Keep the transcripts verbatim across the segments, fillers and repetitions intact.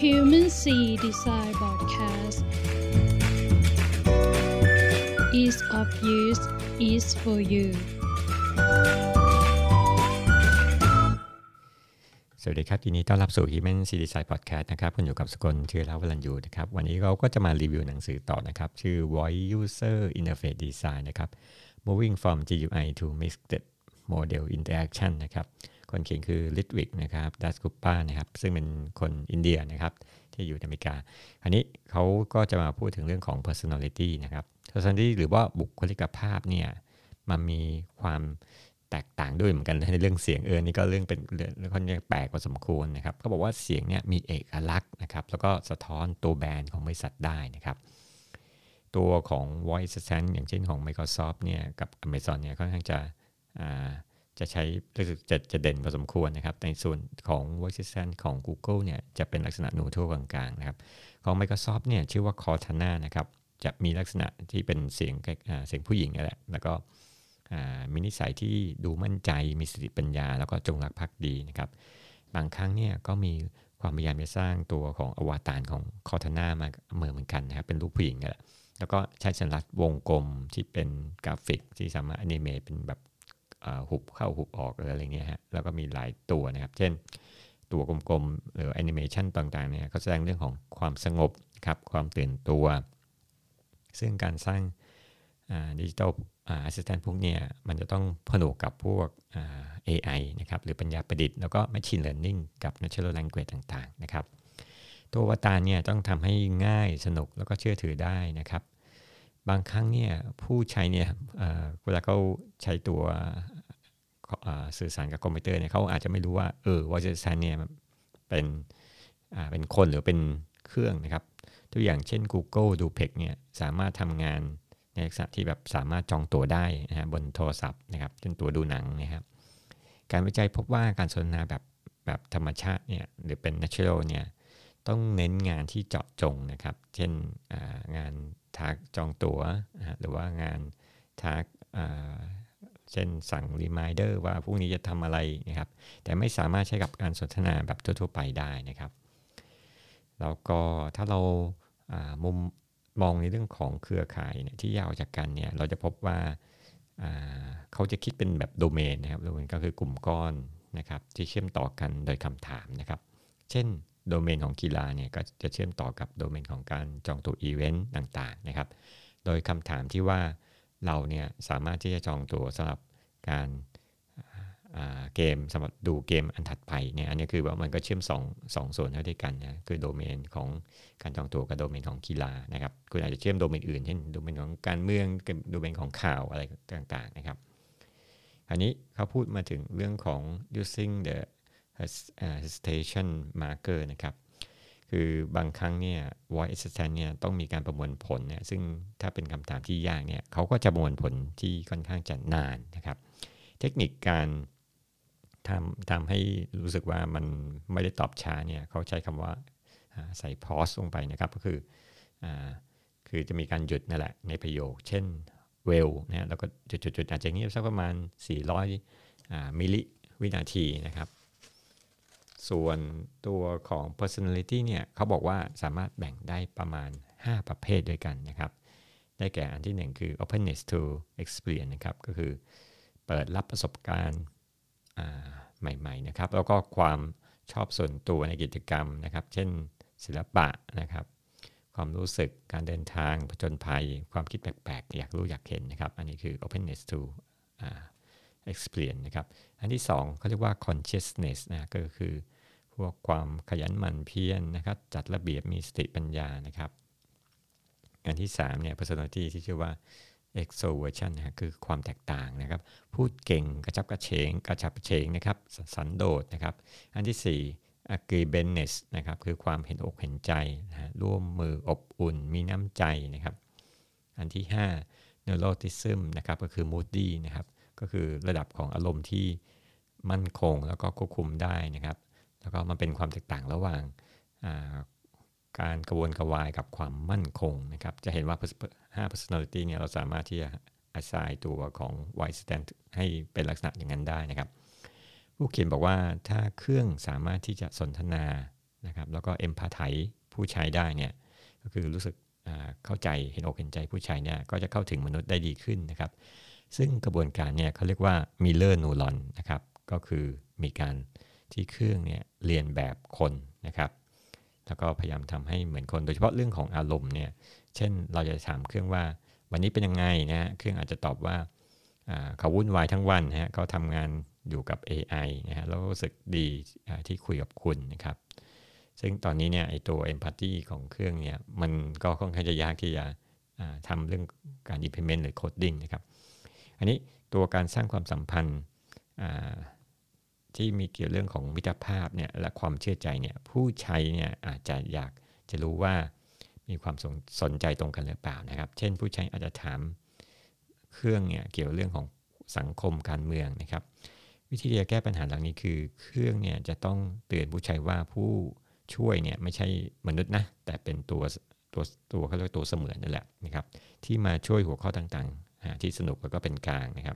Human C Design Podcast Ease of use is for you สวัสดีครับทีนี้ต้อนรับสู่ Human C Design Podcast นะครับคุณอยู่กับสกลเชื้อเล่าวรัญยูนะครับวันนี้เราก็จะมารีวิวหนังสือต่อนะครับชื่อ Voice User Interface Design นะครับ Moving from จี ยู ไอ to Mixed Model Interaction นะครับคนเขียนคือลิทวิกนะครับดัสกุปปานะครับซึ่งเป็นคนอินเดียนะครับที่อยู่ในอเมริกาอันนี้เขาก็จะมาพูดถึงเรื่องของ personality นะครับ personality หรือว่าบุคลิกภาพเนี่ยมันมีความแตกต่างด้วยเหมือนกันในเรื่องเสียงเออนี่ก็เรื่องเป็นเรื่องค่อนข้างแปลกพอสมควรนะครับเขาบอกว่าเสียงเนี่ยมีเอกลักษณ์นะครับแล้วก็สะท้อนตัวแบรนด์ของบริษัทได้นะครับตัวของ voice assistant อย่างเช่นของ Microsoft เนี่ยกับ Amazon เนี่ยค่อนข้างจะอ่าจะใช้จะจะเด่นพอสมควรนะครับในส่วนของ voice assistant ของ Google เนี่ยจะเป็นลักษณะนูโทรกลางๆนะครับของ Microsoft เนี่ยชื่อว่า Cortana นะครับจะมีลักษณะที่เป็นเสียงเสียงผู้หญิงนั่นแหละแล้วก็มีนิสัยที่ดูมั่นใจมีสติปัญญาแล้วก็จงรักภักดีนะครับบางครั้งเนี่ยก็มีความพยายามจะสร้างตัวของอวตารของ Cortana มาเหมือนกันนะครับเป็นรูปผู้หญิงนั่นแหละแล้วก็ใช้สัญลักษณ์วงกลมที่เป็นกราฟิกที่สามารถอนิเมตเป็นแบบหุบเข้าหุบออกอะไรเงี้ยฮะแล้วก็มีหลายตัวนะครับเช่นตัวกลมๆหรือแอนิเมชันต่างๆเนี่ยเขาแสดงเรื่องของความสงบครับความตื่นตัวซึ่งการสร้างดิจิทัลแอสซิสแตนต์พวกนี้มันจะต้องผนวกกับพวก เอ ไอ นะครับหรือปัญญาประดิษฐ์แล้วก็ Machine Learning กับ Natural Language ต่างๆนะครับตัวอวตารเนี่ยต้องทำให้ง่ายสนุกแล้วก็เชื่อถือได้นะครับบางครั้งเนี่ยผู้ใช้เนี่ยเวลาเขาใช้ตัวสื่อสารกับคอมพิวเตอร์เนี่ยเขาอาจจะไม่รู้ว่าเออ voice assistant เนี่ยเป็นเป็นคนหรือเป็นเครื่องนะครับตัวอย่างเช่น Google Duplex เนี่ยสามารถทำงานในลักษณะที่แบบสามารถจองตั๋วได้นะฮะบนโทรศัพท์นะครับเช่นตั๋วดูหนังนะครับการวิจัยพบว่าการสนทนาแบบแบบธรรมชาติเนี่ยหรือเป็น natural เนี่ยต้องเน้นงานที่เจาะจงนะครับเช่นงานทักจองตั๋วหรือว่างานทักเช่นสั่ง reminder ว่าพรุ่งนี้จะทำอะไรนะครับแต่ไม่สามารถใช้กับการสนทนาแบบทั่วๆไปได้นะครับแล้วก็ถ้าเรามุมมองในเรื่องของเครือข่ายเนี่ยที่ยาวจากกันเนี่ยเราจะพบว่าเขาจะคิดเป็นแบบโดเมนนะครับโดเมนก็คือกลุ่มก้อนนะครับที่เชื่อมต่อกันโดยคำถามนะครับเช่นโดเมนของกีฬาเนี่ยก็จะเชื่อมต่อกับโดเมนของการจองตั๋วอีเวนต์ต่างๆนะครับโดยคำถามที่ว่าเราเนี่ยสามารถที่จะจองตั๋วสำหรับการเกมสำหรับดูเกมอันถัดไปเนี่ยอันนี้คือว่ามันก็เชื่อมสอง สองส่วนเข้าด้วยกันนะคือโดเมนของการจองตั๋วกับโดเมนของกีฬานะครับคุณอาจจะเชื่อมโดเมนอื่นเช่นโดเมนของการเมืองกับโดเมนของข่าวอะไรต่างๆนะครับอันนี้เขาพูดมาถึงเรื่องของ using the hesitation marker นะครับคือบางครั้งเนี่ย voice assistant เนี่ยต้องมีการประมวลผลเนี่ยซึ่งถ้าเป็นคำถามที่ยากเนี่ยเขาก็จะประมวลผลที่ค่อนข้างจะนานนะครับเทคนิคการทำทำให้รู้สึกว่ามันไม่ได้ตอบช้าเนี่ยเขาใช้คำว่าใส่ pause ลงไปนะครับก็คือคือจะมีการหยุดนั่นแหละในประโยคเช่น well นะแล้วก็จุดๆๆอาจจะเงียบสักประมาณสี่ร้อยมิลลิวินาทีนะครับส่วนตัวของ personality เนี่ยเขาบอกว่าสามารถแบ่งได้ประมาณห้าประเภทด้วยกันนะครับได้แก่อันที่หนึ่งคือ openness to experience นะครับก็คือเปิดรับประสบการณ์ใหม่ๆนะครับแล้วก็ความชอบส่วนตัวในกิจกรรมนะครับเช่นศิลปะนะครับความรู้สึกการเดินทางผจญภัยความคิดแปลกๆอยากรู้อยากเห็นนะครับอันนี้คือ openness to experience นะครับอันที่สองเขาเรียกว่า consciousness นะก็คือพวกความขยันหมั่นเพียรนะครับจัดระเบียบมีสติปัญญานะครับอันที่สามเนี่ย personality ที่ชื่อว่า extroversion นะคือความแตกต่างนะครับพูดเก่งกระชับกระเฉงกระฉับกระเฉงนะครับสันโดษนะครับอันที่สี่ agreeableness นะครับคือความเห็นอกเห็นใจนะร่วมมืออบอุ่นมีน้ำใจนะครับอันที่ห้า neuroticism นะครับก็คือ moody นะครับก็คือระดับของอารมณ์ที่มั่นคงแล้วก็ควบคุมได้นะครับแล้วก็มันเป็นความแตกต่างระหว่างการกระวนกระวายกับความมั่นคงนะครับจะเห็นว่าห้า personality เนี่ยเราสามารถที่จะ assign ตัวของ voice assistant ให้เป็นลักษณะอย่างนั้นได้นะครับผู้เขียนบอกว่าถ้าเครื่องสามารถที่จะสนทนานะครับแล้วก็ empathize ผู้ใช้ได้เนี่ยก็คือรู้สึกเข้าใจเห็นอกเห็นใจผู้ใช้เนี่ยก็จะเข้าถึงมนุษย์ได้ดีขึ้นนะครับซึ่งกระบวนการเนี่ยเขาเรียกว่า mirror neuron นะครับก็คือมีการที่เครื่องเนี่ยเรียนแบบคนนะครับแล้วก็พยายามทำให้เหมือนคนโดยเฉพาะเรื่องของอารมณ์เนี่ยเช่นเราจะถามเครื่องว่าวันนี้เป็นยังไงนะฮะเครื่องอาจจะตอบว่าเขาวุ่นวายทั้งวันนะฮะเขาทำงานอยู่กับ เอ ไอ นะฮะแล้วรู้สึกดีที่คุยกับคุณนะครับซึ่งตอนนี้เนี่ยไอตัว empathy ของเครื่องเนี่ยมันก็ค่อนข้างจะยากที่จะทำเรื่องการ implement หรือ coding นะครับอันนี้ตัวการสร้างความสัมพันธ์ที่มีเกี่ยวเรื่องของมิตรภาพเนี่ยและความเชื่อใจเนี่ยผู้ใช้เนี่ยอาจจะอยากจะรู้ว่ามีความสนสนใจตรงกันหรือเปล่านะครับเช่นผู้ใช้อาจจะถามเครื่องเนี่ยเกี่ยวเรื่องของสังคมการเมืองนะครับวิธีที่จะแก้ปัญหาเหล่านี้คือเครื่องเนี่ยจะต้องเตือนผู้ใช้ว่าผู้ช่วยเนี่ยไม่ใช่มนุษย์นะแต่เป็นตัวตัวตัวเขาเรียกตัวเสมือนนั่นแหละนะครับที่มาช่วยหัวข้อต่างๆที่สนุกแล้วก็เป็นกลางนะครับ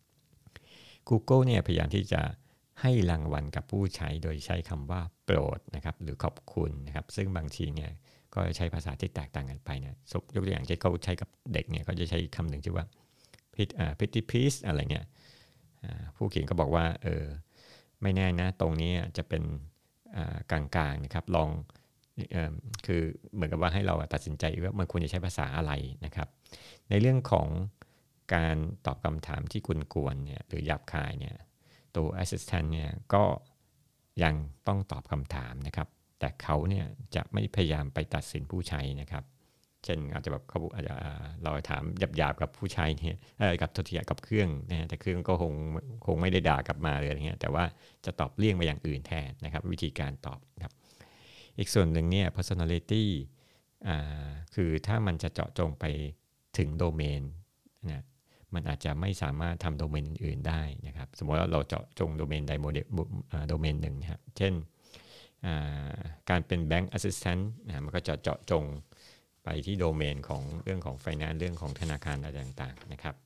Google เนี่ยพยายามที่จะให้รางวัลกับผู้ใช้โดยใช้คำว่าโปรดนะครับหรือขอบคุณนะครับซึ่งบางทีเนี่ยก็ใช้ภาษาที่แตกต่างกันไปเนี่ยยกตัวอย่างที่เขาใช้กับเด็กเนี่ยเขาจะใช้คำหนึ่งที่ว่า pretty please อะไรเงี้ยผู้เขียนก็บอกว่าเออไม่แน่นะตรงนี้จะเป็นกลางๆนะครับลองคือเหมือนกับว่าให้เราตัดสินใจว่ามันควรจะใช้ภาษาอะไรนะครับในเรื่องของการตอบคำถามที่กวนๆเนี่ยหรือหยาบคายเนี่ยตัว assistant เนี่ยก็ยังต้องตอบคำถามนะครับแต่เขาเนี่ยจะไม่พยายามไปตัดสินผู้ใช้นะครับเช่นอาจจะแบบเขาอาจจะเราถามหยาบๆกับผู้ใช้เนี่ยกับโทรศัพท์กับเครื่องนะแต่เครื่องก็คงคงไม่ได้ด่ากลับมาเลยอะไรเงี้ยแต่ว่าจะตอบเลี่ยงไปอย่างอื่นแทนนะครับวิธีการตอบนะครับอีกส่วนหนึ่งเนี่ย personality อ่าคือถ้ามันจะเจาะจงไปถึงโดเมนนะมันอาจจะไม่สามารถทำโดเมนอื่นๆได้นะครับสมมติว่าเราเจาะจงโดเมนใดโมเดลโดเมนหนึ่งนะครับเช่นการเป็น Bank Assistant นะมันก็จะเจาะจงไปที่โดเมนของเรื่องของ Finance เรื่องของธนาคารอะไรต่างๆนะครับ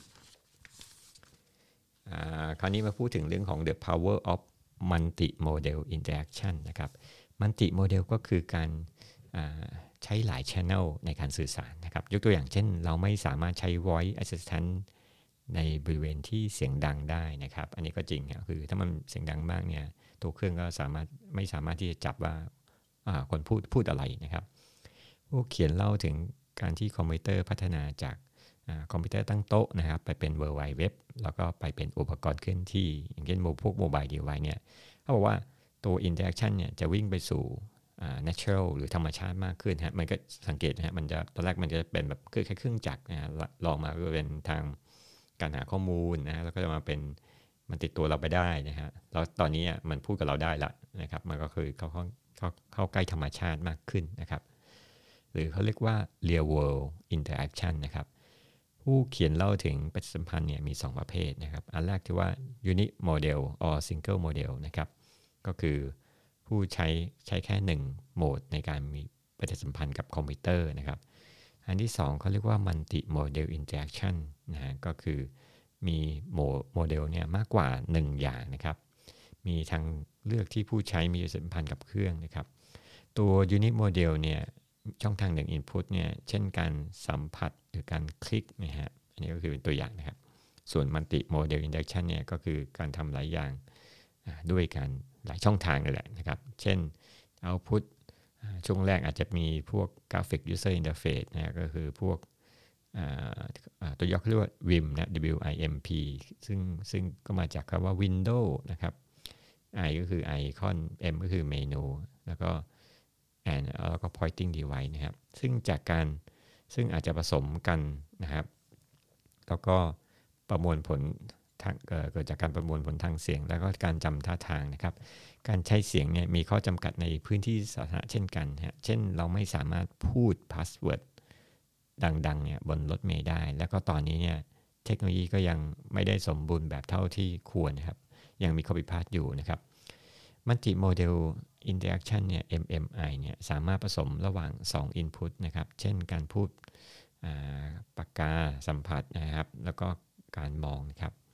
คราวนี้มาพูดถึงเรื่องของ the power of multi model interaction นะครับ multi model ก็คือการใช้หลาย channel ในการสื่อสารนะครับยกตัวอย่างเช่นเราไม่สามารถใช้ voice assistant ในบริเวณที่เสียงดังได้นะครับอันนี้ก็จริงนะคือถ้ามันเสียงดังมากเนี่ยตัวเครื่องก็สามารถไม่สามารถที่จะจับว่าคนพูดพูดอะไรนะครับผู้เขียนเล่าถึงการที่คอมพิวเตอร์พัฒนาจากคอมพิวเตอร์ตั้งโต๊ะนะครับไปเป็น World Wide Web แล้วก็ไปเป็นอุปกรณ์เคลื่อนที่อย่างเช่นพวกโมบายเดไวซ์เนี่ยเขาบอกว่าตัว interaction เนี่ยจะวิ่งไปสู่natural หรือธรรมชาติมากขึ้นฮะมันก็สังเกตนะฮะมันจะตอนแรกมันจะเป็นแบบแค่เครื่องจักรนะลองมาก็เป็นทางการหาข้อมูลนะแล้วก็จะมาเป็นมันติดตัวเราไปได้นะฮะแล้วตอนนี้มันพูดกับเราได้ละนะครับมันก็คือเข้าเข้าเข้าใกล้ธรรมชาติมากขึ้นนะครับหรือเขาเรียกว่า real world interaction นะครับผู้เขียนเล่าถึงปฏิสัมพันธ์เนี่ยมีสองประเภทนะครับอันแรกที่ว่า unit model or single model นะครับก็คือผู้ใช้ใช้แค่หนึ่งโหมดในการมีปฏิสัมพันธ์กับคอมพิวเตอร์นะครับอันที่สองเขาเรียกว่า multi model interaction นะฮะก็คือมีโมเดลเนี่ยมากกว่าหนึ่งอย่างนะครับมีทางเลือกที่ผู้ใช้มีปฏิสัมพันธ์กับเครื่องนะครับตัว unit model เนี่ยช่องทางหนึ่ง input เนี่ยเช่นการสัมผัสหรือการคลิกนะฮะอันนี้ก็คือเป็นตัวอย่างนะครับส่วน multi model interaction เนี่ยก็คือการทำหลายอย่างด้วยกันหลายช่องทางเลยแหละนะครับเช่น output ช่วงแรกอาจจะมีพวก graphic user interface นะก็คือพวกตัวย่อเรียกว่า วิม นะ W I M P ซึ่งซึ่งก็มาจากคำว่า Windows นะครับ I ก็คือ Icon M ก็คือเมนูแล้วก็ and แล้วก็ pointing device นะครับซึ่งจากการซึ่งอาจจะผสมกันนะครับแล้วก็ประมวลผลเกิดจากการประมวลผลทางเสียงแล้วก็การจำท่าทางนะครับการใช้เสียงเนี่ยมีข้อจำกัดในพื้นที่สาธารณะเช่นกันฮะเช่นเราไม่สามารถพูดพาสเวิร์ดดังๆเนี่ยบนรถเมล์ได้แล้วก็ตอนนี้เนี่ยเทคโนโลยีก็ยังไม่ได้สมบูรณ์แบบเท่าที่ควรนะครับยังมีข้อผิดพลาดอยู่นะครับมัลติโมเดลอินเตอร์แอคชั่นเนี่ย เอ็ม เอ็ม ไอ เนี่ยสามารถผสมระหว่างสอง input นะครับเช่นการพูดปากกาสัมผัสนะครับแล้วก็การมองนะครับ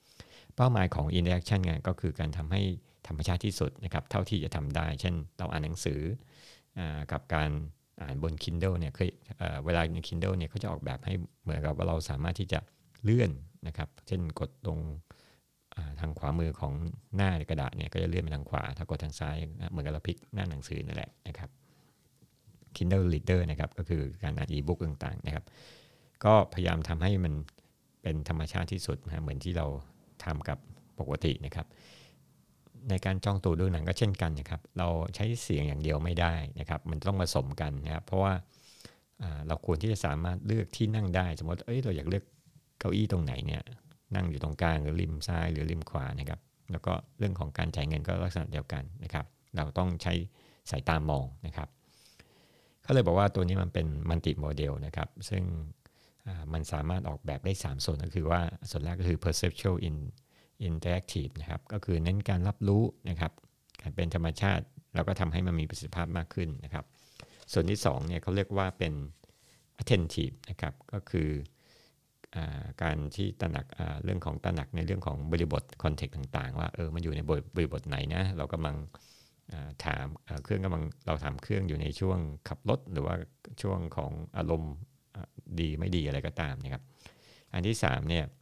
เป้าหมายของ interaction เนี่ยก็คือการทำให้ธรรมชาติที่สุดนะครับเท่าที่จะทำได้เช่นเราอ่านหนังสือกับการอ่านบน Kindle เนี่ยเคยเเวลาใน Kindle เนี่ยเขาจะออกแบบให้เหมือนกับว่าเราสามารถที่จะเลื่อนนะครับเช่นกดตรงทางขวามือของหน้ากระดาษเนี่ยก็จะเลื่อนไปทางขวาถ้ากดทางซ้ายเหมือนกับเราพลิกหน้าหนังสือนั่นแหละนะครับ Kindle Reader นะครับก็คือการอ่าน e-book ต่างๆนะครับก็พยายามทำให้มันเป็นธรรมชาติที่สุดนะเหมือนที่เราทำกับปกตินะครับในการจ้องตัวดูหนังก็เช่นกันนะครับเราใช้เสียงอย่างเดียวไม่ได้นะครับมันต้องผสมกันนะครับเพราะว่าเราควรที่จะสามารถเลือกที่นั่งได้สมมติเอ้ยเราอยากเลือกเก้าอี้ตรงไหนเนี่ยนั่งอยู่ตรงกลางหรือริมซ้ายหรือริมขวานะครับแล้วก็เรื่องของการจ่ายเงินก็ลักษณะเดียวกันนะครับเราต้องใช้สายตามองนะครับเขาเลยบอกว่าตัวนี้มันเป็นมัลติโมเดลนะครับซึ่งมันสามารถออกแบบได้สามส่วนก็คือว่าส่วนแรกก็คือ perceptual in interactive นะครับก็คือเน้นการรับรู้นะครับการเป็นธรรมชาติแล้วก็ทำให้มันมีประสิทธิภาพมากขึ้นนะครับส่วนที่สองเนี่ยเขาเรียกว่าเป็น attentive นะครับก็คือการที่ตระหนักเรื่องของตระหนักในเรื่องของบริบทคอนเทกต์ต่างๆว่าเออมันอยู่ในบริบทไหนนะเรากำลังถามเครื่องกำลังเราถามเครื่องอยู่ในช่วงขับรถหรือว่าช่วงของอารมณ์ดีไม่ดีอะไรก็ตามนะครับอันที่สามเนี่ย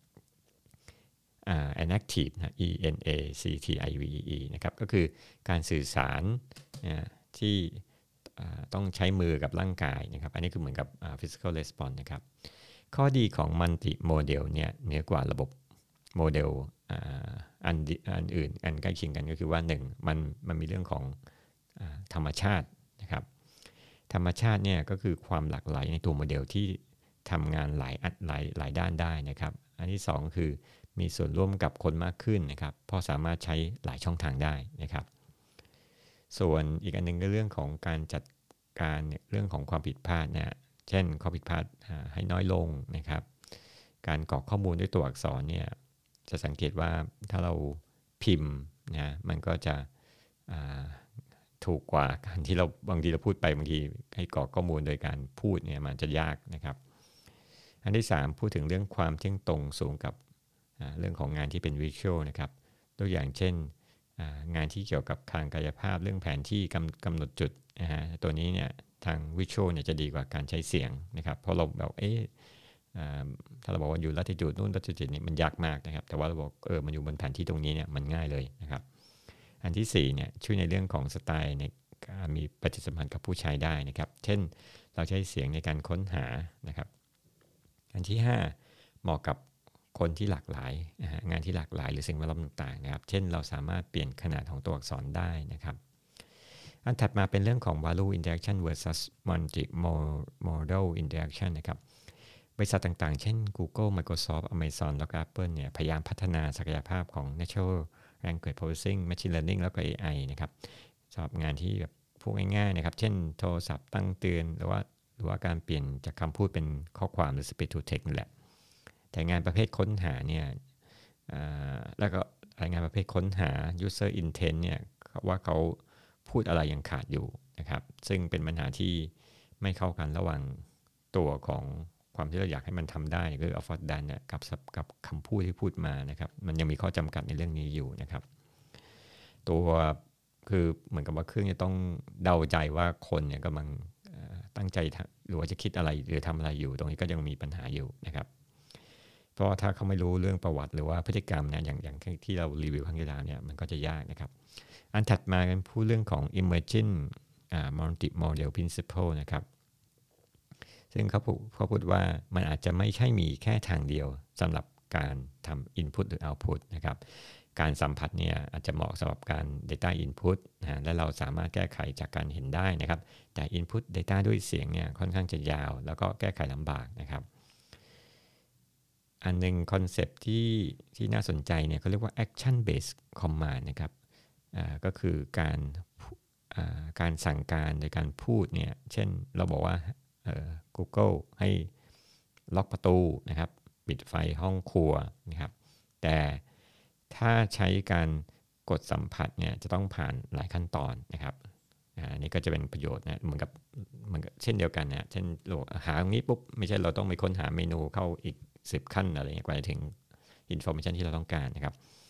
Uh, enactive นะ e n a c t i v e นะครับก็คือการสื่อสารนะที่ต้องใช้มือกับร่างกายนะครับอันนี้คือเหมือนกับ physical response นะครับข้อดีของ multi model เนี่ยเหนือกว่าระบบโมเดลอันอันอื่นอันใกล้เคียงกันก็คือว่าหนึ่งมันมันมีเรื่องของธรรมชาตินะครับธรรมชาติเนี่ยก็คือความหลากหลายในตัวโมเดลที่ทำงานหลายหลายหลายด้านได้นะครับอันที่สองคือมีส่วนร่วมกับคนมากขึ้นนะครับเพราะสามารถใช้หลายช่องทางได้นะครับส่วนอีกอันนึงก็เรื่องของการจัดการเรื่องของความผิดพลาดนะเช่นข้อผิดพลาดให้น้อยลงนะครับการกรอกข้อมูลด้วยตัวอักษรเนี่ยจะสังเกตว่าถ้าเราพิมพ์นะมันก็จะถูกกว่าการที่เราบางทีเราพูดไปบางทีให้กรอกข้อมูลโดยการพูดเนี่ยมันจะยากนะครับอันที่สามพูดถึงเรื่องความเที่ยงตรงสูงกับเรื่องของงานที่เป็นวิชวลนะครับตัวอย่างเช่นงานที่เกี่ยวกับทางกายภาพเรื่องแผนที่กำกำหนดจุดนะฮะตัวนี้เนี่ยทางวิชวลเนี่ยจะดีกว่าการใช้เสียงนะครับเพราะเราแบบเอ๊ะถ้าเราบอกว่าอยู่ latitude นู่น latitude นี่มันยากมากนะครับแต่ว่าเราบอกเออมันอยู่บนแผนที่ตรงนี้เนี่ยมันง่ายเลยนะครับอันที่สี่เนี่ยช่วยในเรื่องของสไตล์ในการมีปฏิสัมพันธ์กับผู้ใช้ได้นะครับเช่นเราใช้เสียงในการค้นหานะครับอันที่ห้าเหมาะกับคนที่หลากหลายงานที่หลากหลายหรือสิ่งแวดล้อมต่างๆนะครับเช่นเราสามารถเปลี่ยนขนาดของตัวอักษรได้นะครับอันถัดมาเป็นเรื่องของ value interaction versus multi-modal interaction นะครับบริษัทต่างๆเช่น Google Microsoft Amazon แล้วก็ Apple เนี่ยพยายามพัฒนาศักยภาพของ natural language processing machine learning แล้วก็ เอ ไอ นะครับสำหรับงานที่แบบพูดง่ายๆนะครับเช่นโทรศัพท์ตั้งเตือนหรือว่าหรือว่าการเปลี่ยนจากคำพูดเป็นข้อความหรือ speech to text นี่แหละแต่งานประเภทค้นหาเนี่ยแล้วก็งานประเภทค้นหา user intent เนี่ยว่าเขาพูดอะไรยังขาดอยู่นะครับซึ่งเป็นปัญหาที่ไม่เข้ากันระหว่างตัวของความที่เราอยากให้มันทำได้คือ affordance เนี่ยกับกับคำพูดที่พูดมานะครับมันยังมีข้อจำกัดในเรื่องนี้อยู่นะครับตัวคือเหมือนกับว่าเครื่องจะต้องเดาใจว่าคนเนี่ยกำลังตั้งใจหรือว่าจะคิดอะไรหรือทำอะไรอยู่ตรงนี้ก็ยังมีปัญหาอยู่นะครับเพราะถ้าเขาไม่รู้เรื่องประวัติหรือว่าพฤติกรรมเนี่ยอย่างอย่างที่เรารีวิวครั้งที่แล้วเนี่ยมันก็จะยากนะครับอันถัดมาเป็นพูดเรื่องของ emerging multi-model principle นะครับซึ่งเขาพูดเขาพูดว่ามันอาจจะไม่ใช่มีแค่ทางเดียวสำหรับการทำ input หรือ output นะครับการสัมผัสเนี่ยอาจจะเหมาะสำหรับการ data input นะและเราสามารถแก้ไขจากการเห็นได้นะครับแต่ input data ด้วยเสียงเนี่ยค่อนข้างจะยาวแล้วก็แก้ไขลำบากนะครับอันนึงคอนเซปต์ที่ที่น่าสนใจเนี่ยเขาเรียกว่า action based command นะครับก็คือการการสั่งการโดยการพูดเนี่ยเช่นเราบอกว่า Google ให้ล็อกประตูนะครับปิดไฟห้องครัวนะครับแต่ถ้าใช้การกดสัมผัสเนี่ยจะต้องผ่านหลายขั้นตอนนะครับอันนี้ก็จะเป็นประโยชน์นะเหมือนกับเหมือนกับเช่นเดียวกันนะเช่นเราหาตรงนี้ปุ๊บไม่ใช่เราต้องไปค้นหาเมนูเข้าอีกสิบขั้นอะไรอย่างเงี้ยกว่าจะถึง information ที่เราต้องการนะครับ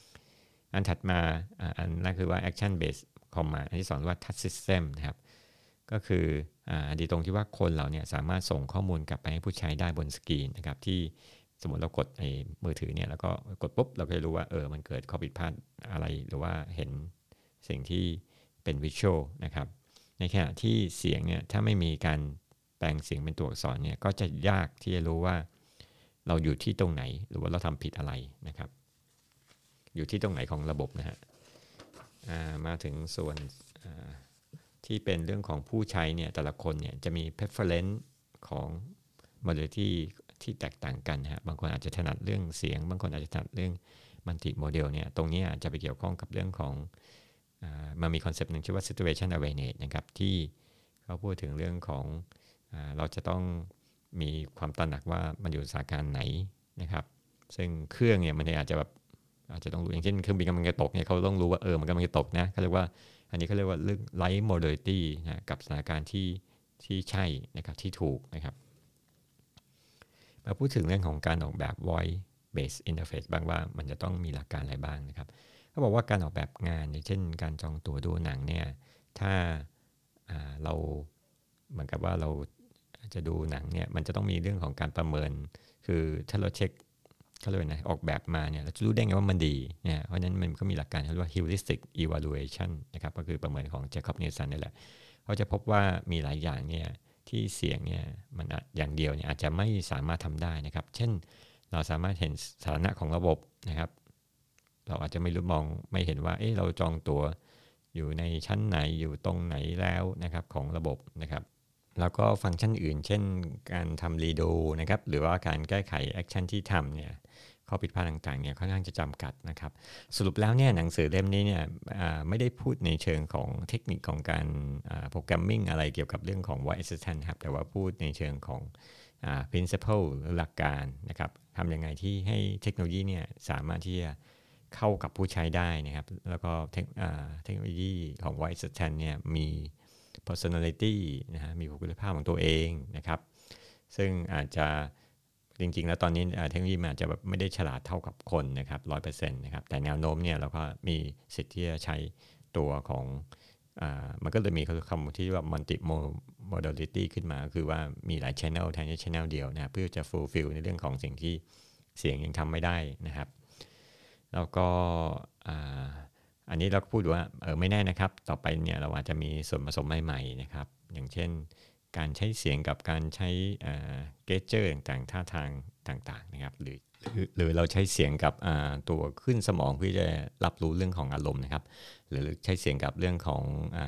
อันถัดมาอันแรกคือว่า action based command อันที่สองว่า touch system นะครับก็คืออ่าดีตรงที่ว่าคนเราเนี่ยสามารถส่งข้อมูลกลับไปให้ผู้ใช้ได้บนสกรีนนะครับที่สมมติเรากดไอ้มือถือเนี่ยแล้วก็กดปุ๊บเราก็จะรู้ว่าเออมันเกิดข้อผิดพลาดอะไรหรือว่าเห็นสิ่งที่เป็นวิชวลนะครับในขณะที่เสียงเนี่ยถ้าไม่มีการแปลงเสียงเป็นตัวอักษรเนี่ยก็จะยากที่จะรู้ว่าเราอยู่ที่ตรงไหนหรือว่าเราทำผิดอะไรนะครับอยู่ที่ตรงไหนของระบบนะฮะมาถึงส่วนที่เป็นเรื่องของผู้ใช้เนี่ยแต่ละคนเนี่ยจะมี preference ของ modality ที่แตกต่างกันนะฮะบางคนอาจจะถนัดเรื่องเสียงบางคนอาจจะถนัดเรื่อง multi model เนี่ยตรงนี้อาจจะไปเกี่ยวข้องกับเรื่องของมันมีคอนเซปต์หนึ่งชื่อว่า situation awareness นะครับที่เขาพูดถึงเรื่องของเราจะต้องมีความตระหนักว่ามันอยู่สถานการณ์ไหนนะครับซึ่งเครื่องเนี่ยมันอาจจะแบบอาจจะต้องรู้อย่างเช่นเครื่องบินกำลังจะตกเนี่ยเขาต้องรู้ว่าเออมันกำลังจะตกนะเขาเรียกว่าอันนี้เขาเรียกว่าเรื่อง light modality นะกับสถานการณ์ที่ที่ใช่นะครับที่ถูกนะครับมาพูดถึงเรื่องของการออกแบบ voice based interface บ้างว่ามันจะต้องมีหลักการอะไรบ้างนะครับเขาบอกว่าการออกแบบงานอย่างเช่นการจองตั๋วดูหนังเนี่ยถ้าเราเหมือนกับว่าเราจะดูหนังเนี่ยมันจะต้องมีเรื่องของการประเมินคือถ้าเราเช็คเขาเรียกว่าไงออกแบบมาเนี่ยเราจะรู้ได้ไงว่ามันดีเนี่ยเพราะฉะนั้นมันก็มีหลักการที่เรียกว่า heuristic evaluation นะครับก็คือประเมินของ Jacob Nielsen นี่แหละเขาจะพบว่ามีหลายอย่างเนี่ยที่เสียงเนี่ยมันอย่างเดียวเนี่ยอาจจะไม่สามารถทำได้นะครับเช่นเราสามารถเห็นสถานะของระบบนะครับเราอาจจะไม่รู้มองไม่เห็นว่าเอ๊ะเราจองตั๋วอยู่ในชั้นไหนอยู่ตรงไหนแล้วนะครับของระบบนะครับแล้วก็ฟังก์ชันอื่นเช่นการทำรีโดนะครับหรือว่าการแก้ไขแอคชั่นที่ทำเนี่ยข้อผิดพลาดต่างๆเนี่ยค่อนข้างจะจำกัดนะครับสรุปแล้วเนี่ยหนังสือเล่มนี้เนี่ยไม่ได้พูดในเชิงของเทคนิคของการโปรแกรมมิ่งอะไรเกี่ยวกับเรื่องของ voice assistant ครับแต่ว่าพูดในเชิงของ principle หรือหลักการนะครับทำยังไงที่ให้เทคโนโลยีเนี่ยสามารถที่จะเข้ากับผู้ใช้ได้นะครับแล้วก็เทคโนโลยีของ voice assistant เนี่ยมีpersonality นะฮะมีบุคลิกภาพของตัวเองนะครับซึ่งอาจจะจริงๆแล้วตอนนี้เทคโนโลยีมันอาจจะแบบไม่ได้ฉลาดเท่ากับคนนะครับ ร้อยเปอร์เซ็นต์ นะครับแต่แนวโน้มเนี่ยเราก็มีสิทธิ์ที่จะใช้ตัวของอ่ามันก็เลยมีคำที่ว่า multi modality ขึ้นมาคือว่ามีหลาย channel แทนที่ channel เดียวนะเพื่อจะ fulfill ในเรื่องของสิ่งที่เสียงยังทำไม่ได้นะครับแล้วก็อ่าอันนี้เราพูดว่าเออไม่แน่นะครับต่อไปเนี่ยเราอาจจะมีส่วนผสมใหม่ๆนะครับอย่างเช่นการใช้เสียงกับการใช้เกจเจอร์ต่างๆท่าทางต่างๆนะครับหรือหรือเราใช้เสียงกับตัวขึ้นสมองเพื่อจะรับรู้เรื่องของอารมณ์นะครับหรือใช้เสียงกับเรื่องของ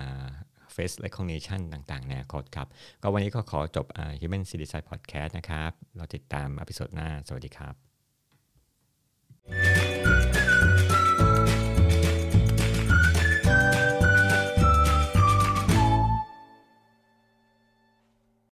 face recognition ต่างๆเนี่ยครับก็วันนี้ก็ขอจบ Human Design Podcast นะครับเราติดตามอพิโซดหน้าสวัสดีครับ